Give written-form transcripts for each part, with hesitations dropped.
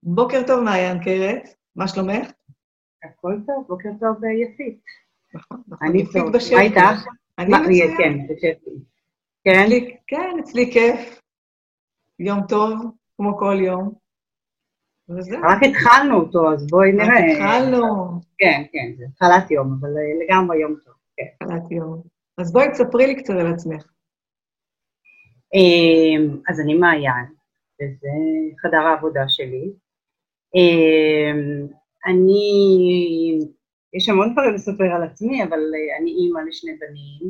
בוקר טוב, מעיין קרת. מה שלומך? הכל טוב, בוקר טוב יפית. נכון, אני יפית טוב. בשפע. מה איתך? אני מצוין. כן, בשפע. כן? כן, אצלי כיף. יום טוב, כמו כל יום. וזהו. רק התחלנו אותו, אז בואי נראה. רק התחלנו. כן, זה התחלת יום, אבל לגמרי יום טוב. כן. התחלת יום. אז בואי תספרי לי קצת על עצמך. אז אני מעיין, וזה חדר העבודה שלי. יש המון דברים לספר על עצמי, אבל אני אימא לשני בנים,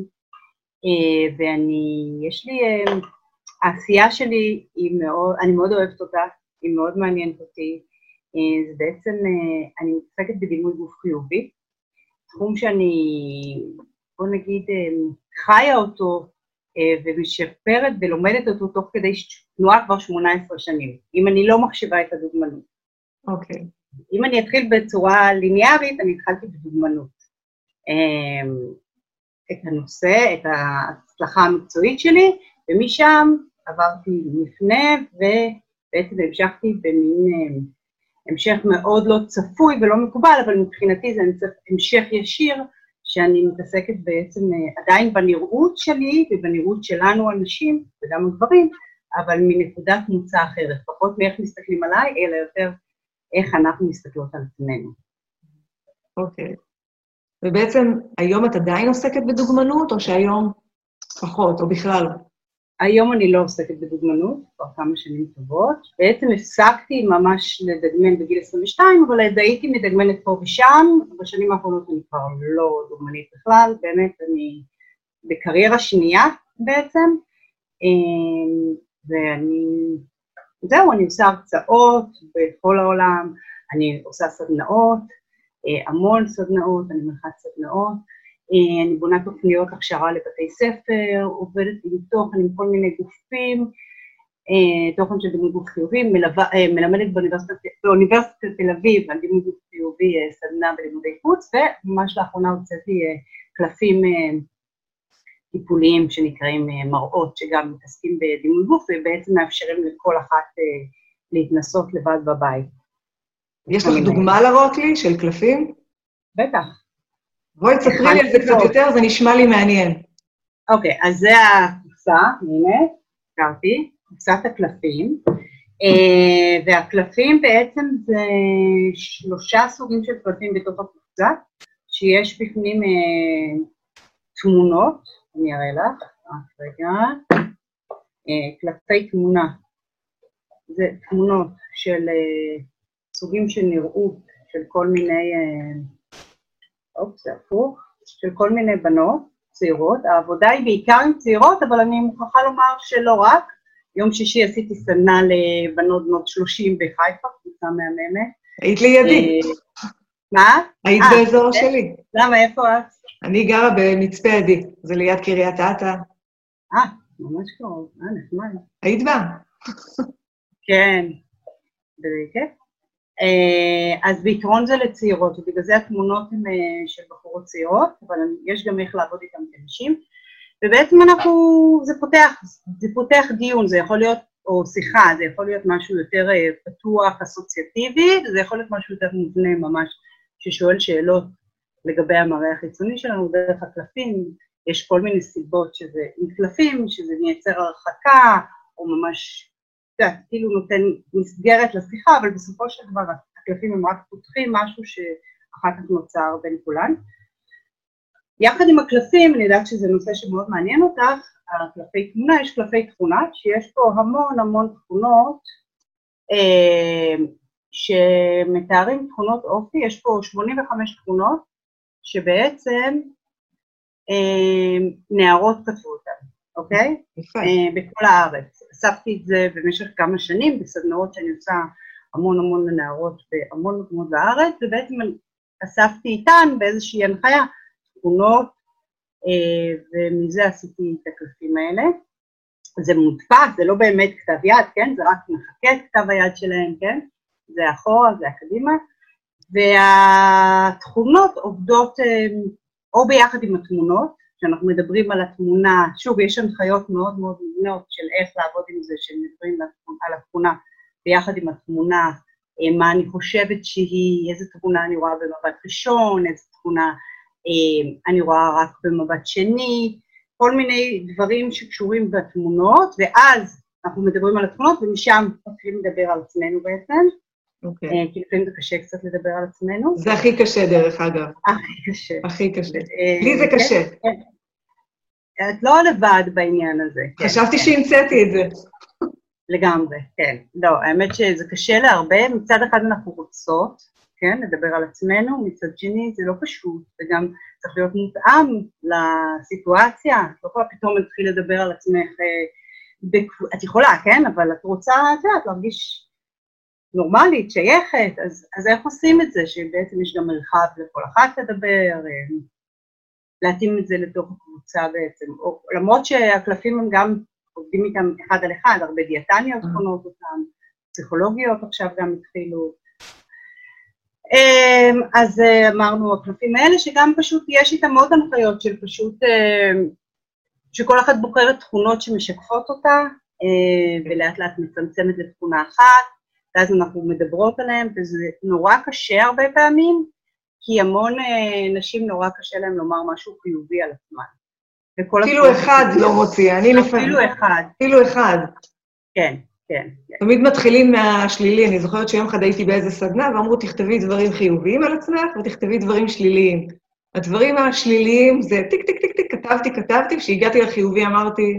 יש לי, העשייה שלי אני מאוד אוהבת אותה, היא מאוד מעניינת אותי, זה בעצם, אני מתעסקת בדימוי גוף חיובי, תחום שאני, בוא נגיד, חיה אותו, ומשפרת ולומדת אותו תוך כדי תנועה כבר 18 שנים, אם אני לא מחשבה את הדוגמנות. אוקיי. אם אני אתחיל בצורה ליניארית, אני התחלתי בדוגמנות. את הנושא, את ההצלחה המקצועית שלי, ומשם עברתי מפנה, ובעצם המשכתי במין המשך מאוד לא צפוי ולא מקובל, אבל מבחינתי זה המשך ישיר, שאני מתעסקת בעצם עדיין בנראות שלי, ובנראות שלנו אנשים, וגם הגברים, אבל מנקודת מוצא אחרת, פחות מאיך מסתכלים עליי, אלא יותר איך אנחנו מסתכלות על עצמנו. אוקיי. ובעצם היום את עדיין עוסקת בדוגמנות, או שהיום פחות, או בכלל? היום אני לא עוסקת בדוגמנות, כבר כמה שנים טובות. בעצם הפסקתי ממש לדגמן בגיל 22, אבל הייתי מדגמנת פה ושם. בשנים האחרונות אני כבר לא דוגמנית בכלל, באמת אני בקריירה שנייה בעצם, אני עושה הרצאות בכל העולם, אני עושה סדנאות, המון סדנאות, אני מנחת סדנאות, אני בונה תוכניות הכשרה לבתי ספר, עובדת עם תוכן עם כל מיני גופים, תוכן של דימוי גוף חיובי, מלמדת באוניברסיטת תל אביב על דימוי גוף חיובי סדנה בלימודי חוץ, וממש לאחרונה הוצאתי קלפים טיפוליים שנקראים מראות, שגם מתעסקים בדימוי גוף, ובעצם מאפשרים לכל אחת להתנסות לבד בבית. יש לך דוגמה להראות לי של קלפים? בטח. בואי תספרי לי על זה קצת יותר, זה נשמע לי מעניין. אוקיי, אז זה הקופסה, הנה, הכרתי, קופסת הקלפים, והקלפים בעצם זה 3 סוגים של קלפים בתוך הקופסה, שיש בפנים תמונות, אני אראה לך, רגע, קלפי תמונה, זה תמונות של סוגים של נראות, של כל מיני, זה הפוך, של כל מיני בנות צעירות, העבודה היא בעיקר עם צעירות, אבל אני מוכרחה לומר שלא רק, יום שישי עשיתי סדנה לבנות בנות 30 בחיפה, קבוצה מהממת. היית לידי. מה? היית באזור שלי. למה, איפה את? אני גרה במצפה עדי, זה ליד קריית אתא. ממש קרוב, נחמד. היית בה? כן, בכיף. אז בעיקרון זה לצעירות, ובגלל זה התמונות הן של בחורות צעירות, אבל יש גם איך לעבוד איתן כנשים, ובעצם זה פותח דיון, זה יכול להיות, או שיחה, זה יכול להיות משהו יותר פתוח, אסוציאטיבי, זה יכול להיות משהו יותר מובנה ממש, ששואל שאלות לגבי המראה החיצוני שלנו, דרך הקלפים, יש כל מיני סיבות שזה עם קלפים, שזה מייצר הרחקה, או ממש, כאילו נותן מסגרת לשיחה, אבל בסופו של דבר הקלפים הם רק פותחים משהו שאחר כך נוצר בין כולן. יחד עם הקלפים, אני יודעת שזה נושא שמאוד מעניין אותך, הקלפי תמונה, יש קלפי תכונה, שיש פה המון תכונות, שמתארים תכונות אופי, יש פה 85 תכונות, שבעצם נערות כתבו אותן, אוקיי? בכל הארץ. אספתי את זה במשך כמה שנים, בסדנאות שאני עושה המון לנערות בהמון מקומות בארץ, ובעצם אספתי איתן באיזושהי הנחיה תכונות, ומזה עשיתי את הקלפים האלה. זה מודפס, זה לא באמת כתב יד, כן? זה רק מחכה את כתב היד שלהם, כן? זה אחורה, זה הקדימה, והתכונות עובדות או ביחד עם התמונות, שאנחנו מדברים על התמונה, שוב, יש הנחיות מאוד מובנות של איך לעבוד עם זה, שמדברים על התמונה ביחד עם התמונה מה אני חושבת שהיא, איזה תמונה אני רואה במבט ראשון, איזה תמונה אני רואה רק במבט שני, כל מיני דברים שקשורים בתמונות, ואז אנחנו מדברים על התמונות, ומשם מתחילים לדבר על עצמנו בעצם. אוקיי. כי לפעמים זה קשה קצת לדבר על עצמנו. זה הכי קשה דרך אגב. הכי קשה. הכי קשה. לי זה קשה. את לא לבד בעניין הזה. חשבתי שהמצאתי את זה. לגמרי, כן. לא, האמת שזה קשה להרבה, מצד אחד אנחנו רוצות, כן, לדבר על עצמנו, מצד שני זה לא פשוט, וגם צריך להיות מותאם לסיטואציה, את לא יכולה פתאום להתחיל לדבר על עצמך, את יכולה, כן, אבל את רוצה, את יודעת, להרגיש נורמלית, שייכת, אז איך עושים את זה, שבעצם יש גם מרחב לכל אחת לדבר, להתאים את זה לתוך הקבוצה בעצם, למרות שהקלפים הם גם עובדים איתם אחד על אחד, הרבה דיאטניות קונות אותם, פסיכולוגיות עכשיו גם התחילו. אז אמרנו, הקלפים האלה שגם פשוט יש איתם עוד הנחיות של פשוט, שכל אחת בוחרת תכונות שמשקפות אותה, ולאט לאט מצמצמת לתכונה אחת, ואז אנחנו מדברות עליהן, וזה נורא קשה הרבה פעמים, כי המון נשים נורא קשה להם לומר משהו חיובי על עצמן. אפילו אחד לא מוציא, אני לפעמים. אפילו אחד. אפילו אחד. כן, כן. תמיד מתחילים מהשלילי, אני זוכרת שיום אחד הייתי באיזה סדנה, ואמרו, תכתבי דברים חיוביים על עצמך, ותכתבי דברים שליליים. הדברים השליליים זה טיק, טיק, טיק, טיק, כתבתי, כשהגעתי לחיובי אמרתי,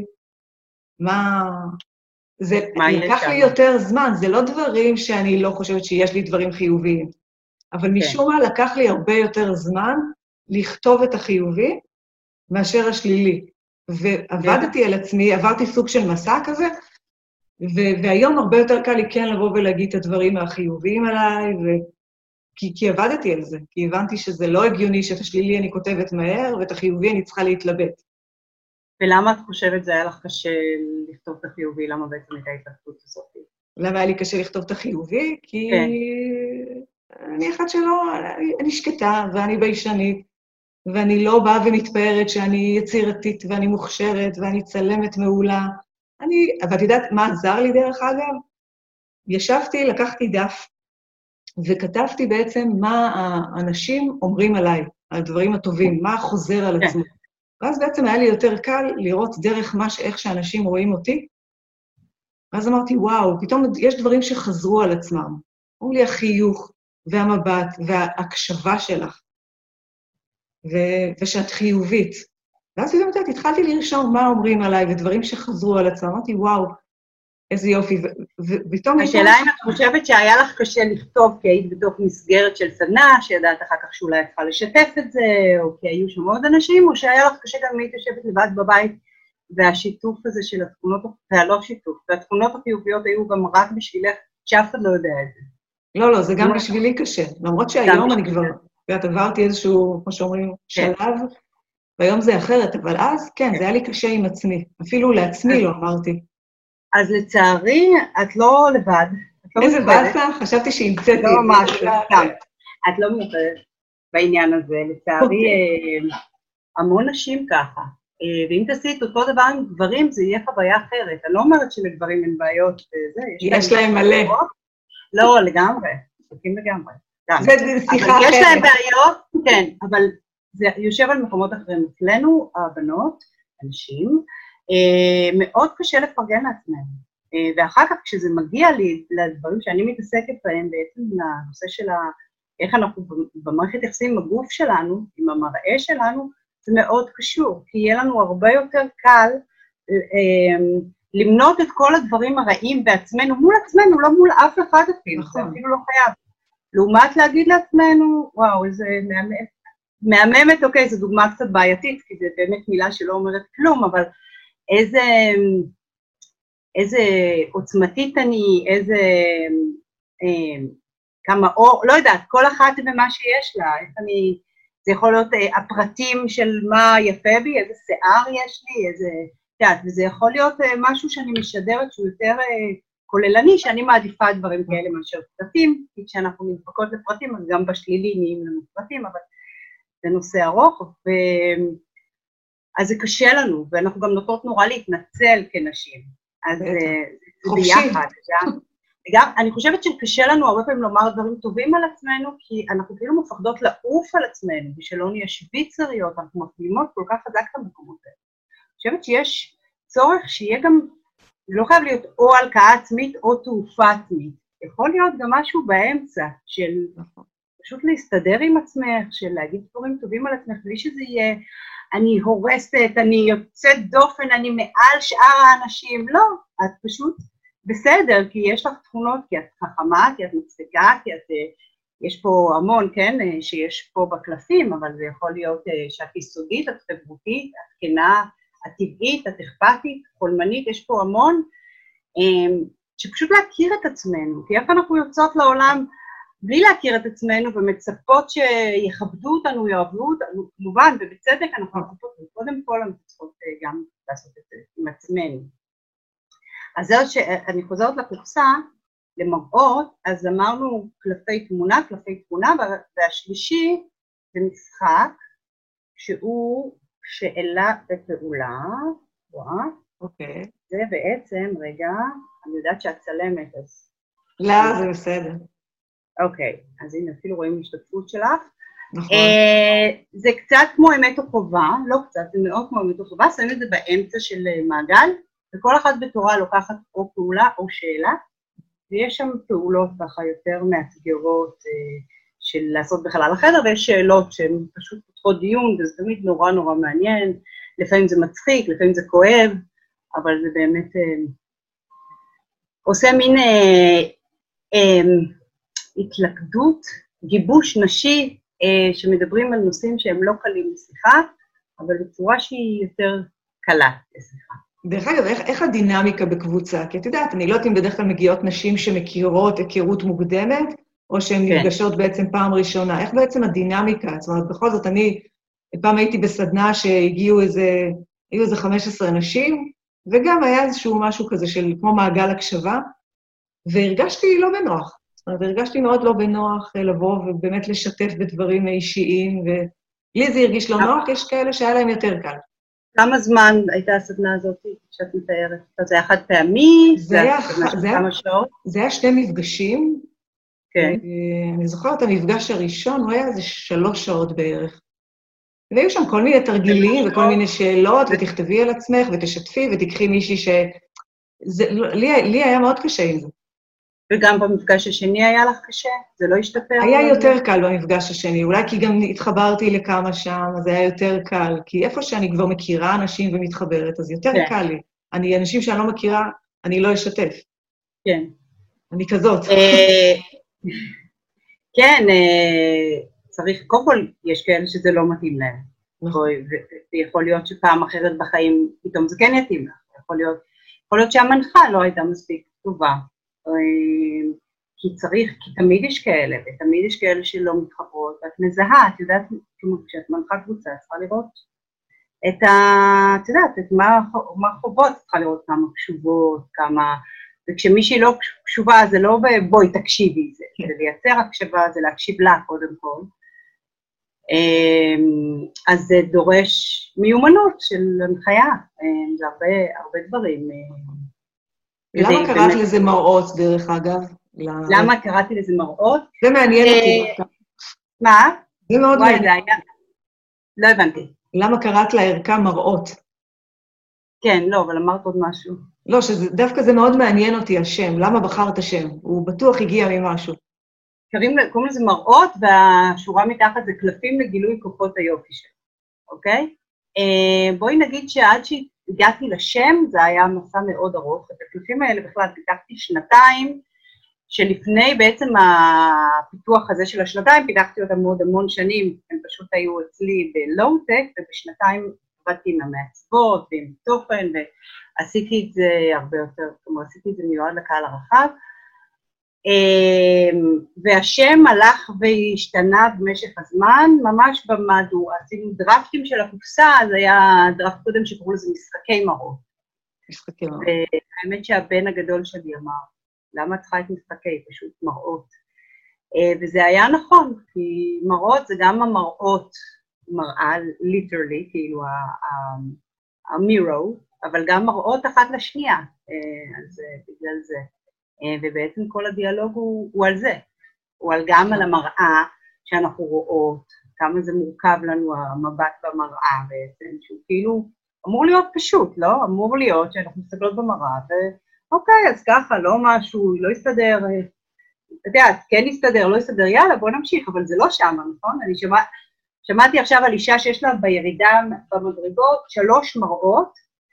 זה לקח לי יותר זמן, זה לא דברים שאני לא חושבת שיש לי דברים חיוביים, אבל משום מה לקח לי הרבה יותר זמן לכתוב את החיובי, מאשר השלילי. ועבדתי על עצמי, עברתי סוג של מסע כזה, והיום הרבה יותר קל לי כן לבוא ולהגיד את הדברים החיוביים עליי, כי עבדתי על זה, כי הבנתי שזה לא הגיוני שאת השלילי אני כותבת מהר, ואת החיובי אני צריכה להתלבט. ולמה את חושבת זה היה לך קשה לכתוב את החיובי? למה בעצם הייתה התלבטות הזאת? למה היה לי קשה לכתוב את החיובי? כי אני אחת שלא, אני שקטה ואני ביישנית, ואני לא באה ומתפארת שאני יצירתית ואני מוכשרת ואני צלמת מעולה. אבל את יודעת מה עזר לי דרך אגב? ישבתי, לקחתי דף, וכתבתי בעצם מה האנשים אומרים עליי, על הדברים הטובים, מה חוזר על עצמו. ואז בעצם היה לי יותר קל לראות דרך איך שאנשים רואים אותי. ואז אמרתי, וואו, פתאום יש דברים שחזרו על עצמם. אמרו לי החיוך והמבט וההקשבה שלך. ושאת חיובית. ואז גם יודעת, התחלתי לרשום מה אומרים עליי, ודברים שחזרו על עצמם. אמרתי, וואו, איזה יופי. השאלה אם את חושבת שהיה לך קשה לכתוב, כי היית בתוך מסגרת של סדנה, שידעת אחר כך שאולי את צריכה לשתף את זה, או כי היו שם עוד אנשים, או שהיה לך קשה גם אם היית יושבת לבד בבית, והשיתוף הזה של התכונות, והלא שיתוף, והתכונות החיוביות היו גם רק בשבילך, שאף אחד לא יודע את זה. לא, זה גם בשבילי קשה. למרות שהיום אני כבר, עברתי איזשהו, כמו שאומרים, שלב, והיום זה אחרת, אבל אז, כן, זה היה לי קשה עם עצמי. אפילו לעצמי לא אמרתי. אז לצערי, את לא לבד. איזה באסה? חשבתי שהמצאתי. לא משהו, את לא מיוחדת בעניין הזה. לצערי, המון נשים ככה. ואם תעשי את אותו דבר עם גברים, זה יהיה חוויה אחרת. אני לא אומרת שלגברים אין בעיות. יש להם מלא. לא, לגמרי. שותים לגמרי. זה שיחה אחרת. יש להם בעיות, כן, אבל זה יושב על מקומות אחרים. אצלנו, הבנות, אנשים, מאוד קשה לפרגן לעצמנו. ואחר כך כשזה מגיע לי לדברים שאני מתעסקת בהם, בעצם לנושא של איך אנחנו במערכת יחסים עם הגוף שלנו, עם המראה שלנו, זה מאוד קשור, כי יהיה לנו הרבה יותר קל למנות את כל הדברים הרעים בעצמנו, מול עצמנו, לא מול אף אחד אפילו, זה אפילו לא חייב. לעומת להגיד לעצמנו, וואו, איזה מהממת, אוקיי, זו דוגמה קצת בעייתית, כי זה באמת מילה שלא אומרת כלום, אבל איזה עוצמתית אני, כמה אור, לא יודעת, כל אחת במה שיש לה, זה יכול להיות הפרטים של מה יפה בי, איזה שיער יש לי, וזה יכול להיות משהו שאני משדרת שהוא יותר כוללני, שאני מעדיפה דברים כאלה מאשר פרטים, כי כשאנחנו נדפקות לפרטים, אז גם בשלילי נהיים לנו פרטים, אבל זה נושא ארוך, אז זה קשה לנו, ואנחנו גם נוטות נורא להתנצל כנשים, אז זה ביחד, גם, אני חושבת שקשה לנו הרבה פעמים לומר דברים טובים על עצמנו, כי אנחנו כאילו מפחדות לעוף על עצמנו, ושלא נהיה שוויצריות, אנחנו מפנימות כל כך חזק את המקומות האלה. אני חושבת שיש צורך שיהיה גם, לא חייב להיות או הלקאה עצמית או תעופה עצמית, יכול להיות גם משהו באמצע, של פשוט להסתדר עם עצמך, של להגיד דברים טובים על עצמך, בלי שזה יהיה, אני הורסת, אני יוצאת דופן, אני מעל שאר האנשים, לא, את פשוט בסדר, כי יש לך תכונות, כי את חכמה, כי את מצדיקה, כי את, יש פה המון, כן, שיש פה בקלפים, אבל זה יכול להיות שאת יסודית, את חברותית, את כנה, את טבעית, את אכפתית, חולמנית, יש פה המון, שפשוט להכיר את עצמנו, כי איך אנחנו יוצאות לעולם בלי להכיר את עצמנו ומצפות שיכבדו אותנו, יאהבו אותנו, כמובן, ובצדק אנחנו מצפות, וקודם כל אנחנו צריכות גם לעשות את זה עם עצמנו. אז זהו שאני חוזרת לקופסה, למראות, אז אמרנו קלפי תמונה, והשלישי זה משחק, שהוא שאלה ופעולה, אוקיי. זה בעצם, רגע, אני יודעת שאת צלמת, אז... לא, זה בסדר. אוקיי, אז הנה, אפילו רואים השתתפות שלך. נכון. זה קצת כמו אמת או חובה, לא קצת, זה מאוד כמו אמת או חובה, שמים את זה באמצע של מעגל, וכל אחת בתורה לוקחת או פעולה או שאלה, ויש שם פעולות ככה יותר מאתגרות של לעשות בחלל החדר, ויש שאלות שהן פשוט פותחות דיון, וזה תמיד נורא נורא מעניין, לפעמים זה מצחיק, לפעמים זה כואב, אבל זה באמת עושה מין התלכדות, גיבוש נשי, שמדברים על נושאים שהם לא קלים לשיחה, אבל בצורה שהיא יותר קלה לשיחה. דרך אגב, איך הדינמיקה בקבוצה? כי את יודעת, אני לא יודעת אם בדרך כלל מגיעות נשים שמכירות היכרות מוקדמת, או שהן נפגשות בעצם פעם ראשונה. איך בעצם הדינמיקה? זאת אומרת, בכל זאת, אני פעם הייתי בסדנה שהגיעו איזה 15 נשים, וגם היה איזשהו משהו כזה של כמו מעגל הקשבה, והרגשתי לא בנוח. זאת אומרת, הרגשתי מאוד לא בנוח לבוא ובאמת לשתף בדברים אישיים, ולי זה הרגיש לא נוח, יש כאלה שהיה להם יותר קל. כמה זמן הייתה הסדנה הזאת שאת מתארת? זה היה חד פעמי? זה היה 2 מפגשים. כן. אני זוכרת, המפגש הראשון, הוא היה איזה 3 שעות בערך. והיו שם כל מיני תרגילים וכל מיני שאלות, ותכתבי על עצמך ותשתפי ותקחי מישהי ש... לי היה מאוד קשה עם זה. וגם במפגש השני היה לך קשה? זה לא השתפר? היה יותר קל במפגש השני, אולי כי גם התחברתי לכמה שם, אז היה יותר קל, כי איפה שאני כבר מכירה אנשים ומתחברת, אז יותר קל לי. אנשים שאני לא מכירה, אני לא אשתף. כן. אני כזאת. כן, צריך, קודם כל, יש כאלה שזה לא מתאים להם. ויכול להיות שפעם אחרת בחיים, פתאום זה כן יתאים לך. יכול להיות שהמנחה לא הייתה מספיק טובה. כי צריך, כי תמיד יש כאלה, ותמיד יש כאלה שלא מתחברות, ואת מזהה, את יודעת, כמו כשאת מנחה קבוצה, צריכה לראות את יודעת, מה חובות, צריכה לראות כמה קשובות, כמה, וכשמישהי לא קשובה, זה לא בואי תקשיבי, זה לייצר הקשבה, זה להקשיב לה קודם כל, אז זה דורש מיומנות של הנחיה, זה הרבה דברים. למה קראת לזה מראות, דרך אגב? למה קראתי לזה מראות? זה מעניין אותי. מה? זה מאוד מעניין. לא הבנתי. למה קראת לערכה מראות? כן, לא, אבל אמרת עוד משהו. לא, דווקא זה מאוד מעניין אותי השם. למה בחרת השם? הוא בטוח הגיע ממשהו. קוראים לזה מראות, והשורה מתחת זה קלפים לגילוי כוחות היופי שלו, אוקיי? בואי נגיד שעד שהגעתי לשם, זה היה מסע מאוד ארוך. את הקלפים האלה בכלל פיתחתי 2 שלפני בעצם הפיתוח הזה של 2 פיתחתי אותם מאוד המון שנים, הם פשוט היו אצלי בלואו-טק, וב2 עבדתי עם המעצבות ועם תוכן, ועשיתי את זה הרבה יותר, כלומר עשיתי את זה מיועד לקהל הרחב, והשם הלך והשתנה במשך הזמן, ממש במדו, עשינו דרפטים של הקופסה, אז היה דרפט קודם שקראו לזה משחקי מראות. משחקי מראות. והאמת שהבן הגדול שלי אמר, למה צריכה את משחקי? פשוט מראות. וזה היה נכון, כי מראות זה גם המראות, מראה ליטרלי, כאילו המירו, אבל גם מראות אחת לשנייה, אז בגלל זה. ובעצם כל הדיאלוג הוא על זה, הוא גם על המראה שאנחנו רואות, כמה זה מורכב לנו המבט במראה בעצם, שהוא כאילו אמור להיות פשוט, לא? אמור להיות שאנחנו מסתכלות במראה, ואוקיי, אז ככה, לא משהו, לא יסתדר, אתה יודע, כן יסתדר, לא יסתדר, יאללה, בוא נמשיך, אבל זה לא שם, נכון? אני שמעתי עכשיו על אישה שיש לה בירידה במדרגות 3 מראות,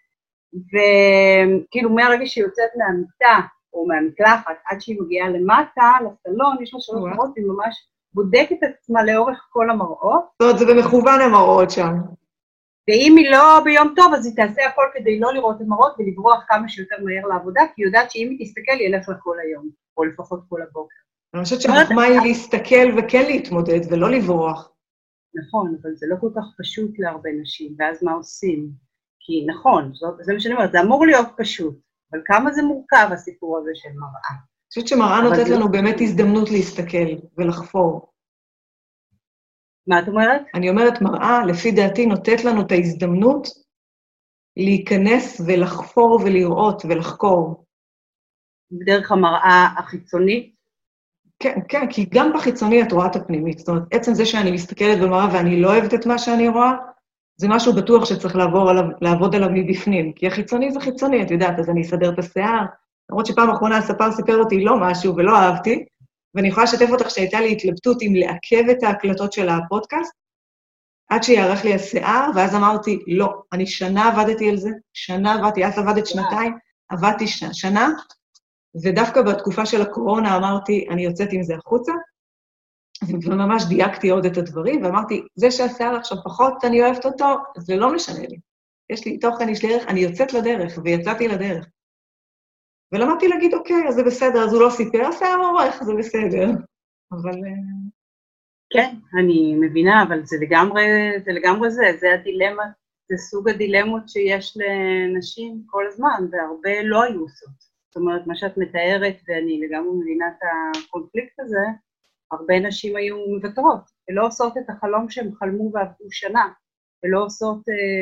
וכאילו מהרגע שהיא יוצאת מהמיטה, או מהמקלחת, עד שהיא מגיעה למטה, לסלון, יש לה 3 מראות, היא ממש בודקת את עצמה לאורך כל המראות. זאת אומרת, זה במכוון המראות שם. ואם היא לא ביום טוב, אז היא תעשה הכל כדי לא לראות את המראות, ולברוח כמה שיותר מהר לעבודה, כי היא יודעת שאם היא תסתכל, היא ילך לה כל היום, או לפחות כל הבוקר. אני חושבת שהחוכמה היא להסתכל וכן להתמודד, ולא לברוח. נכון, אבל זה לא כל כך פשוט להרבה נשים, ואז מה עושים? כי נכון, זה מה שאני אומרת, זה אמור להיות פשוט, אבל כמה זה מורכב הסיפור הזה של מראה. אני חושבת שמראה נותנת לנו באמת הזדמנות להסתכל ולחפור. מה את אומרת? אני אומרת, מראה, לפי דעתי, נותנת לנו את ההזדמנות להיכנס ולחפור ולראות ולחקור. בדרך המראה החיצונית? כן, כן, כי גם בחיצוני את רואה את הפנימית. זאת אומרת, עצם זה שאני מסתכלת במראה ואני לא אוהבת את מה שאני רואה, זה משהו בטוח שצריך לעבוד עליו מבפנים, כי החיצוני זה חיצוני, את יודעת, אז אני אסדר את השיער, למרות שפעם האחרונה הספר סיפר אותי לא משהו ולא אהבתי, ואני יכולה לשתף אותך שהייתה לי התלבטות אם לעכב את ההקלטות של הפודקאסט, עד שיערך לי השיער, ואז אמרתי, לא, אני שנה עבדתי על זה, שנה עבדתי, אז עבדת 2 עבדתי שנה, ודווקא בתקופה של הקורונה אמרתי, אני יוצאת עם זה החוצה, וממש דייקתי עוד את הדברים, ואמרתי, זה שהשיער עכשיו פחות, אני אוהבת אותו, זה לא משנה לי. יש לי תוכן, יש לי ערך, אני יוצאת לדרך, ויצאתי לדרך. ולמדתי להגיד, אוקיי, אז זה בסדר, אז הוא לא סיפר, השיער עורך, זה בסדר. אבל... כן, אני מבינה, אבל זה לגמרי זה הדילמה, זה סוג הדילמות שיש לנשים כל הזמן, והרבה לא היו עושות. זאת אומרת, מה שאת מתארת, ואני לגמרי מבינה את הקונפליקט הזה, הרבה נשים היו מוותרות, ולא עושות את החלום שהם חלמו ועבדו שנה, ולא עושות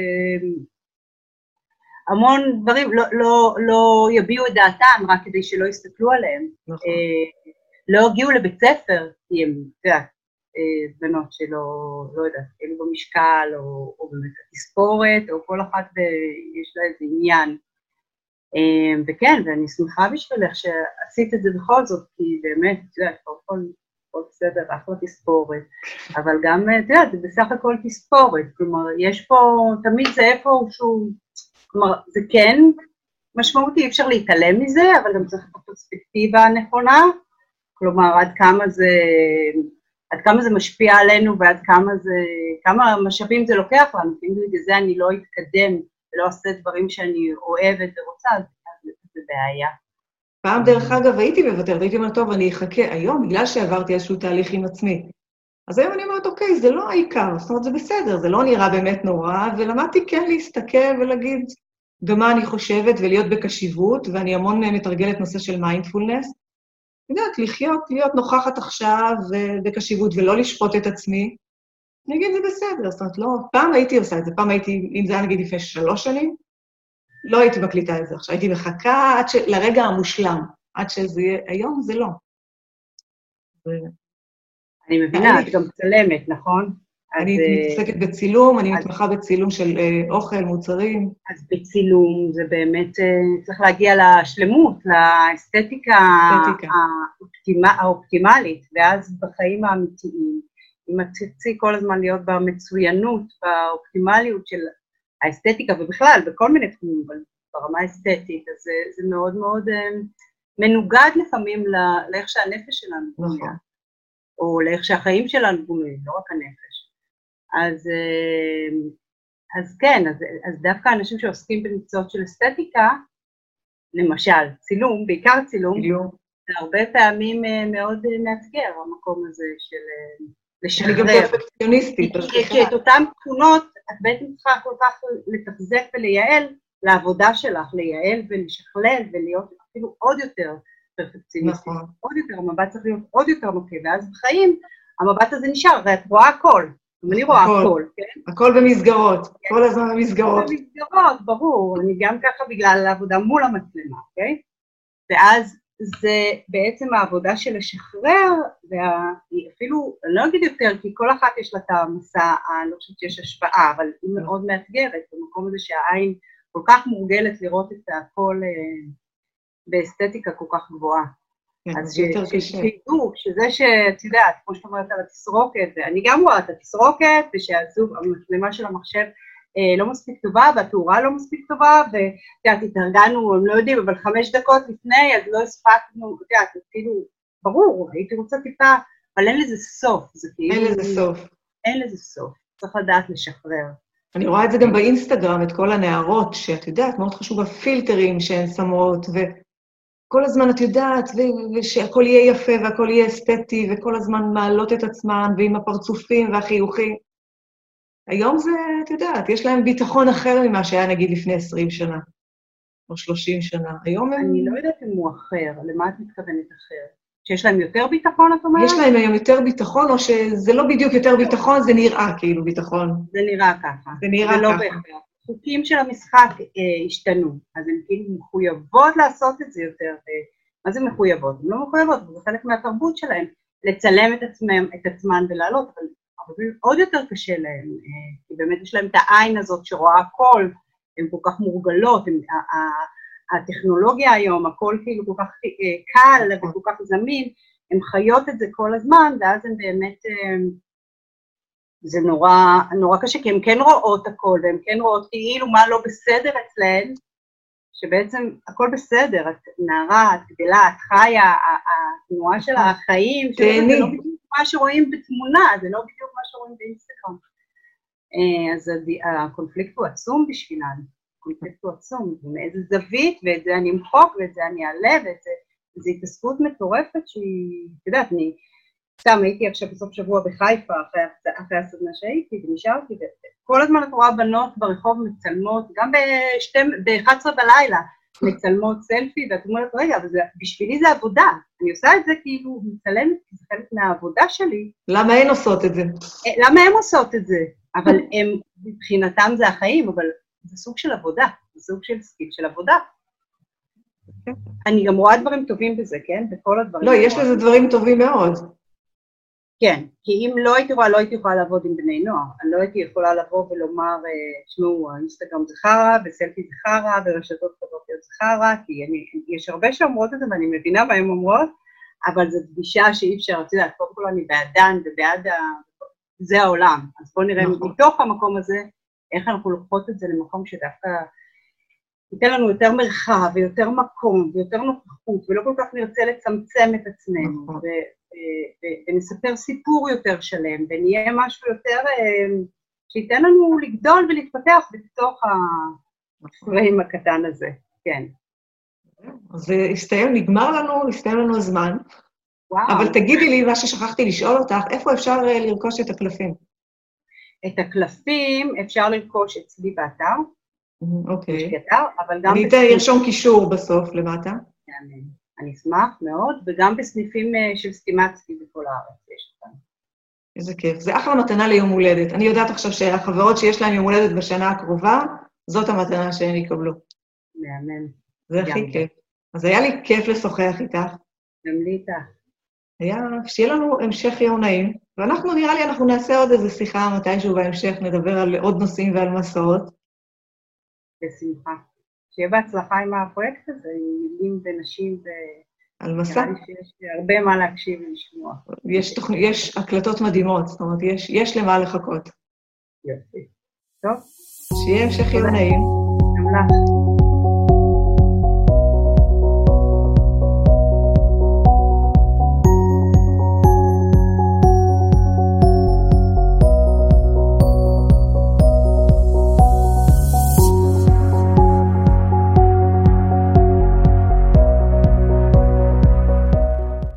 המון דברים, לא יביעו את דעתם רק כדי שלא יסתכלו עליהם. נכון. לא הגיעו לבית ספר, כי הם, בנות שלא, לא יודעת, כאילו במשקל, או באמת התספורת, או כל אחת יש לה איזה עניין. וכן, ואני שמחה בשבילך שעשית את זה בכל זאת, כי באמת, אתה יודע, כל בסדר, אחלה תספורת, אבל גם, אתה יודע, זה בסך הכל תספורת, כלומר, יש פה, תמיד זה איפה שהוא, כלומר, זה כן משמעותי, אי אפשר להתעלם מזה, אבל גם צריך את הפרספקטיבה הנכונה, כלומר, עד כמה זה משפיע עלינו, ועד כמה משאבים זה לוקח לנו, כי בגלל זה אני לא אתקדם, ולא אעשה דברים שאני אוהבת ורוצה, אז זה בעיה. פעם דרך אגב הייתי מוותרת, הייתי אומרת, טוב, אני אחכה היום, בגלל שעברתי איזשהו תהליך עם עצמי. אז היום אני אומרת, אוקיי, זה לא העיקר, זאת אומרת, זה בסדר, זה לא נראה באמת נורא, ולמדתי כן להסתכל ולהגיד במה אני חושבת ולהיות בקשיבות, ואני המון מתרגלת נושא של מיינדפולנס. יודעת, להיות נוכחת עכשיו בקשיבות ולא לשפוט את עצמי, אני אגיד, זה בסדר, זאת אומרת, לא, פעם הייתי עושה את זה, פעם הייתי, אם זה היה נגיד לפני 3 שנים, לא הייתי מקליטה את זה עכשיו, הייתי מחכה לרגע המושלם, עד שזה יהיה, היום זה לא. אני מבינה, את גם צלמת, נכון? אני מתעסקת בצילום, אני מתמחה בצילום של אוכל, מוצרים. אז בצילום זה באמת, צריך להגיע לשלמות, לאסתטיקה האופטימלית, ואז בחיים האמיתיים, אם את תרצי כל הזמן להיות במצוינות, באופטימליות של האסתטיקה, ובכלל, בכל מיני תחומים, אבל ברמה האסתטית, אז זה מאוד מאוד מנוגד לפעמים לאיך שהנפש שלנו בנויה, או לאיך שהחיים שלנו בנויים, לא רק הנפש. אז כן, אז דווקא אנשים שעוסקים במקצועות של אסתטיקה, למשל, צילום, בעיקר צילום, זה הרבה פעמים מאוד מאתגר, המקום הזה של לשחרר. אני גם פרפקציוניסטית. כי את אותן תכונות, את בעצם צריכה כל כך לתחזק ולייעל לעבודה שלך, לייעל ולשכלל ולהיות אפילו עוד יותר פרפקציוניסטית. נכון. עוד יותר, המבט צריך להיות עוד יותר מוכה, ואז בחיים המבט הזה נשאר, ואת רואה הכל. אני רואה הכל, כן? הכל במסגרות, כל הזמן במסגרות. במסגרות, ברור, אני גם ככה בגלל העבודה מול המצלמה, אוקיי? ואז זה בעצם העבודה של לשחרר, ואפילו, אני לא אגיד יותר, כי כל אחת יש לה את המסע, אני לא חושבת שיש השוואה, אבל היא מאוד מאתגרת, במקום הזה שהעין כל כך מורגלת לראות את הכל באסתטיקה כל כך גבוהה. אז שידעו, שזה שאת יודעת, כמו שאת אומרת על התסרוקת, ואני גם רואה את התסרוקת, ושהזוג, המצלמה של המחשב לא מספיק טובה, והתאורה לא מספיק טובה, ואת התארגנו, הם לא יודעים, אבל 5 דקות לפני, אז לא הספקנו, את כאילו, ברור, הייתי רוצה טיפה, אבל אין לזה סוף, זה כאילו... אין לזה סוף. אין לזה סוף, צריך לדעת לשחרר. אני רואה את זה גם באינסטגרם, את כל הנערות, שאת יודעת, מאוד חשוב הפילטרים שהן שמות, וכל הזמן את יודעת, ושהכל יהיה יפה, והכל יהיה אסתטי, וכל הזמן מעלות את עצמן, ועם הפרצופים והחיוכים. היום זה, את יודעת, יש להם ביטחון אחר ממה שהיה נגיד לפני 20 שנה, או 30 שנה. היום הם... אני לא יודעת אם הוא אחר, למה את מתכוונת אחר? שיש להם יותר ביטחון, את אומרת? יש להם היום יותר ביטחון, או שזה לא בדיוק יותר ביטחון, זה נראה כאילו ביטחון. זה נראה ככה. זה נראה ככה. חוקים של המשחק השתנו, אז הן כאילו מחויבות לעשות את זה יותר. מה זה מחויבות? הן לא מחויבות, זה חלק מהתרבות שלהן, לצלם את עצמן ולעלות, אבל עוד יותר קשה להם, כי באמת יש להם את העין הזאת שרואה הכל, הן כל כך מורגלות, הטכנולוגיה היום, הכל כאילו כל כך קל וכל כך זמין, הן חיות את זה כל הזמן, ואז הן באמת, זה נורא קשה, כי הן כן רואות הכל, והן כן רואות כאילו מה לא בסדר אצלהן, שבעצם הכל בסדר, את נערה, את גדלה, את חיה, התנועה של החיים, זה לא בדיוק מה שרואים בתמונה, זה לא בדיוק מה שרואים באינסטגרם. אז הקונפליקט הוא עצום בשבילן, הקונפליקט הוא עצום, ומאיזה זווית, ואת זה אני אמחוק, ואת זה אני אעלה, וזו התעסקות מטורפת שהיא, את יודעת, אני סתם הייתי עכשיו בסוף שבוע בחיפה, אחרי הסדנה שהייתי, ונשארתי, וכל הזמן את רואה בנות ברחוב מצלמות, גם ב-11 בלילה, מצלמות סלפי, ואת אומרת, רגע, אבל בשבילי זה עבודה, אני עושה את זה כאילו מצלמת, כי זה חלק מהעבודה שלי. למה הן עושות את זה? למה הן עושות את זה? אבל הם, מבחינתם זה החיים, אבל זה סוג של עבודה, זה סוג של סקיל של עבודה. אני גם רואה דברים טובים בזה, כן? בכל הדברים. לא, יש לזה דברים טובים מאוד. כן, כי אם לא הייתי רואה, לא הייתי יכולה לעבוד עם בני נוער. אני לא הייתי יכולה לבוא ולומר, תשמעו, האינסטגרם זה חרא, וסלפי זה חרא, ורשתות חברתיות זה חרא, כי יש הרבה שאומרות את זה, ואני מבינה מה הן אומרות, אבל זו פגישה שאי אפשר, את יודעת, קודם כל אני בעדן ובעד זה העולם. אז בואו נראה מתוך המקום הזה, איך אנחנו לוקחות את זה למקום שדווקא ייתן לנו יותר מרחב, ויותר מקום, ויותר נוכחות, ולא כל כך נרצה לצמצם את עצמנו, ונספר סיפור יותר שלם, ונהיה משהו יותר שייתן לנו לגדול ולהתפתח בתוך הפריים הקטן הזה, כן. אז הסתיים לנו הזמן, אבל תגידי לי מה ששכחתי לשאול אותך, איפה אפשר לרכוש את הקלפים? את הקלפים אפשר לרכוש אצלי באתר, אוקיי. אבל גם... אני ארשום קישור בסוף למטה. אני אשמח מאוד, וגם בסניפים של סטימצקי בכל הארץ יש אותם. איזה כיף. זה אחלה מתנה ליום הולדת. אני יודעת עכשיו שהחברות שיש להן יום הולדת בשנה הקרובה, זאת המתנה שהן יקבלו. מהמם. זה הכי כיף. אז היה לי כיף לשוחח איתך. גם לי איתך. שיהיה לנו המשך יום נעים, ואנחנו נראה לי אנחנו נעשה עוד איזו שיחה מתישהו בהמשך, נדבר על עוד נושאים ועל מסעות. בשמחה. שיהיה בהצלחה עם הפרויקט הזה, עם מילים ונשים, על מסע. נראה לי שיש הרבה מה להקשיב ולשמוע. יש הקלטות מדהימות, זאת אומרת, יש למה לחכות. יופי. טוב. שיהיה המשך יום נעים. גם לך.